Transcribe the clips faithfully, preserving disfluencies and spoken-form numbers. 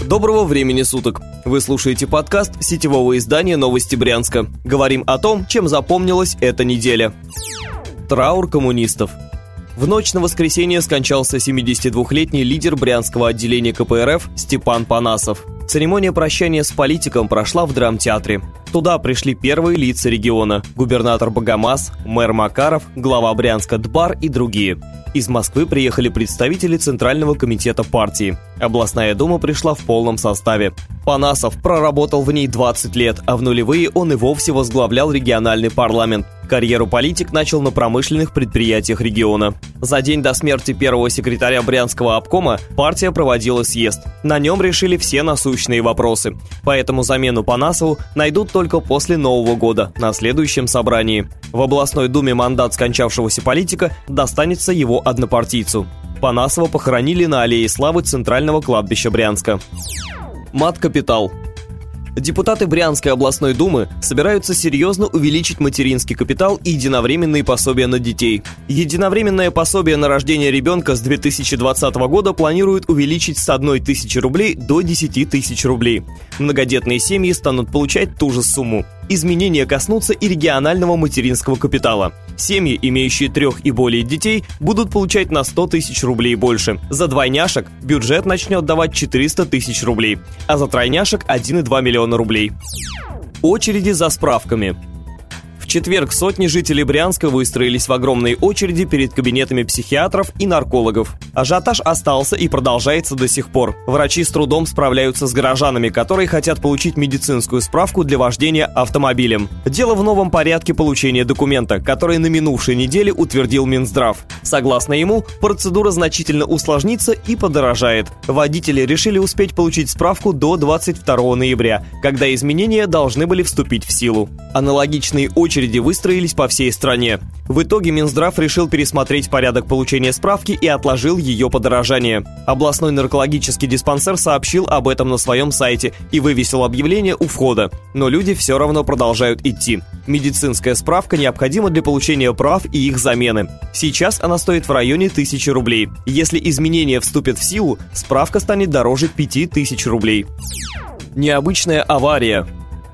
Доброго времени суток! Вы слушаете подкаст сетевого издания «Новости Брянска». Говорим о том, чем запомнилась эта неделя. Траур коммунистов. В ночь на воскресенье скончался семидесятидвухлетний лидер брянского отделения ка пэ эр эф Степан Панасов. Церемония прощания с политиком прошла в драмтеатре. Туда пришли первые лица региона – губернатор Богомаз, мэр Макаров, глава Брянска Дбар и другие. Из Москвы приехали представители Центрального комитета партии. Областная дума пришла в полном составе. Панасов проработал в ней двадцать лет, а в нулевые он и вовсе возглавлял региональный парламент. Карьеру политик начал на промышленных предприятиях региона. За день до смерти первого секретаря Брянского обкома партия проводила съезд. На нем решили все насущные вопросы. Поэтому замену Панасову найдут только после Нового года, на следующем собрании. В областной думе мандат скончавшегося политика достанется его однопартийцу. Панасова похоронили на Аллее Славы Центрального кладбища Брянска. Мат-капитал. Депутаты Брянской областной думы собираются серьезно увеличить материнский капитал и единовременные пособия на детей. Единовременное пособие на рождение ребенка с две тысячи двадцатого года планируют увеличить с одной тысячи рублей до десяти тысяч рублей. Многодетные семьи станут получать ту же сумму. Изменения коснутся и регионального материнского капитала. Семьи, имеющие трех и более детей, будут получать на сто тысяч рублей больше. За двойняшек бюджет начнет давать четыреста тысяч рублей, а за тройняшек один и два миллиона рублей. Очереди за справками. В четверг сотни жителей Брянска выстроились в огромные очереди перед кабинетами психиатров и наркологов. Ажиотаж остался и продолжается до сих пор. Врачи с трудом справляются с горожанами, которые хотят получить медицинскую справку для вождения автомобилем. Дело в новом порядке получения документа, который на минувшей неделе утвердил Минздрав. Согласно ему, процедура значительно усложнится и подорожает. Водители решили успеть получить справку до двадцать второго ноября, когда изменения должны были вступить в силу. Аналогичные очереди Очереди выстроились по всей стране. В итоге Минздрав решил пересмотреть порядок получения справки и отложил ее подорожание. Областной наркологический диспансер сообщил об этом на своем сайте и вывесил объявление у входа. Но люди все равно продолжают идти. Медицинская справка необходима для получения прав и их замены. Сейчас она стоит в районе тысячи рублей. Если изменения вступят в силу, справка станет дороже пяти тысяч рублей. Необычная авария.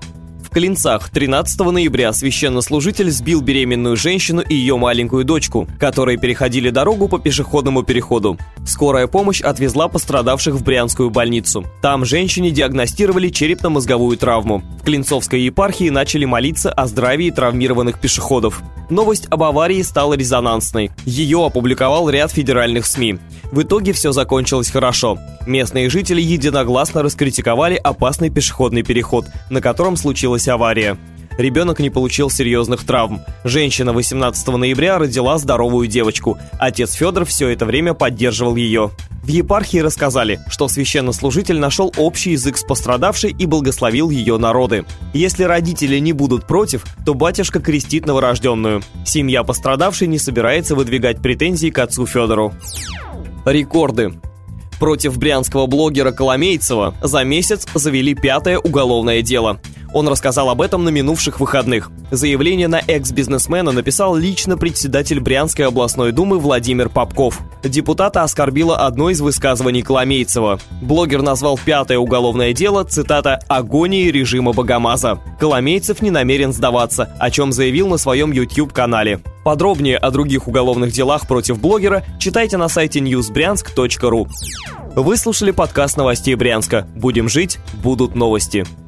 В Клинцах тринадцатого ноября священнослужитель сбил беременную женщину и ее маленькую дочку, которые переходили дорогу по пешеходному переходу. Скорая помощь отвезла пострадавших в Брянскую больницу. Там женщине диагностировали черепно-мозговую травму. В Клинцовской епархии начали молиться о здравии травмированных пешеходов. Новость об аварии стала резонансной. Ее опубликовал ряд федеральных СМИ. В итоге все закончилось хорошо. Местные жители единогласно раскритиковали опасный пешеходный переход, на котором случилась авария. Ребенок не получил серьезных травм. Женщина восемнадцатого ноября родила здоровую девочку. Отец Федор все это время поддерживал ее. В епархии рассказали, что священнослужитель нашел общий язык с пострадавшей и благословил ее народы. Если родители не будут против, то батюшка крестит новорожденную. Семья пострадавшей не собирается выдвигать претензии к отцу Федору. Рекорды. Против брянского блогера Коломейцева за месяц завели пятое уголовное дело. Он рассказал об этом на минувших выходных. Заявление на экс-бизнесмена написал лично председатель Брянской областной думы Владимир Попков. Депутата оскорбило одно из высказываний Коломейцева. Блогер назвал пятое уголовное дело, цитата, «агонией режима Богомаза». Коломейцев не намерен сдаваться, о чем заявил на своем YouTube-канале. Подробнее о других уголовных делах против блогера читайте на сайте ньюс брянск точка ру. Вы слушали подкаст новостей Брянска. Будем жить, будут новости.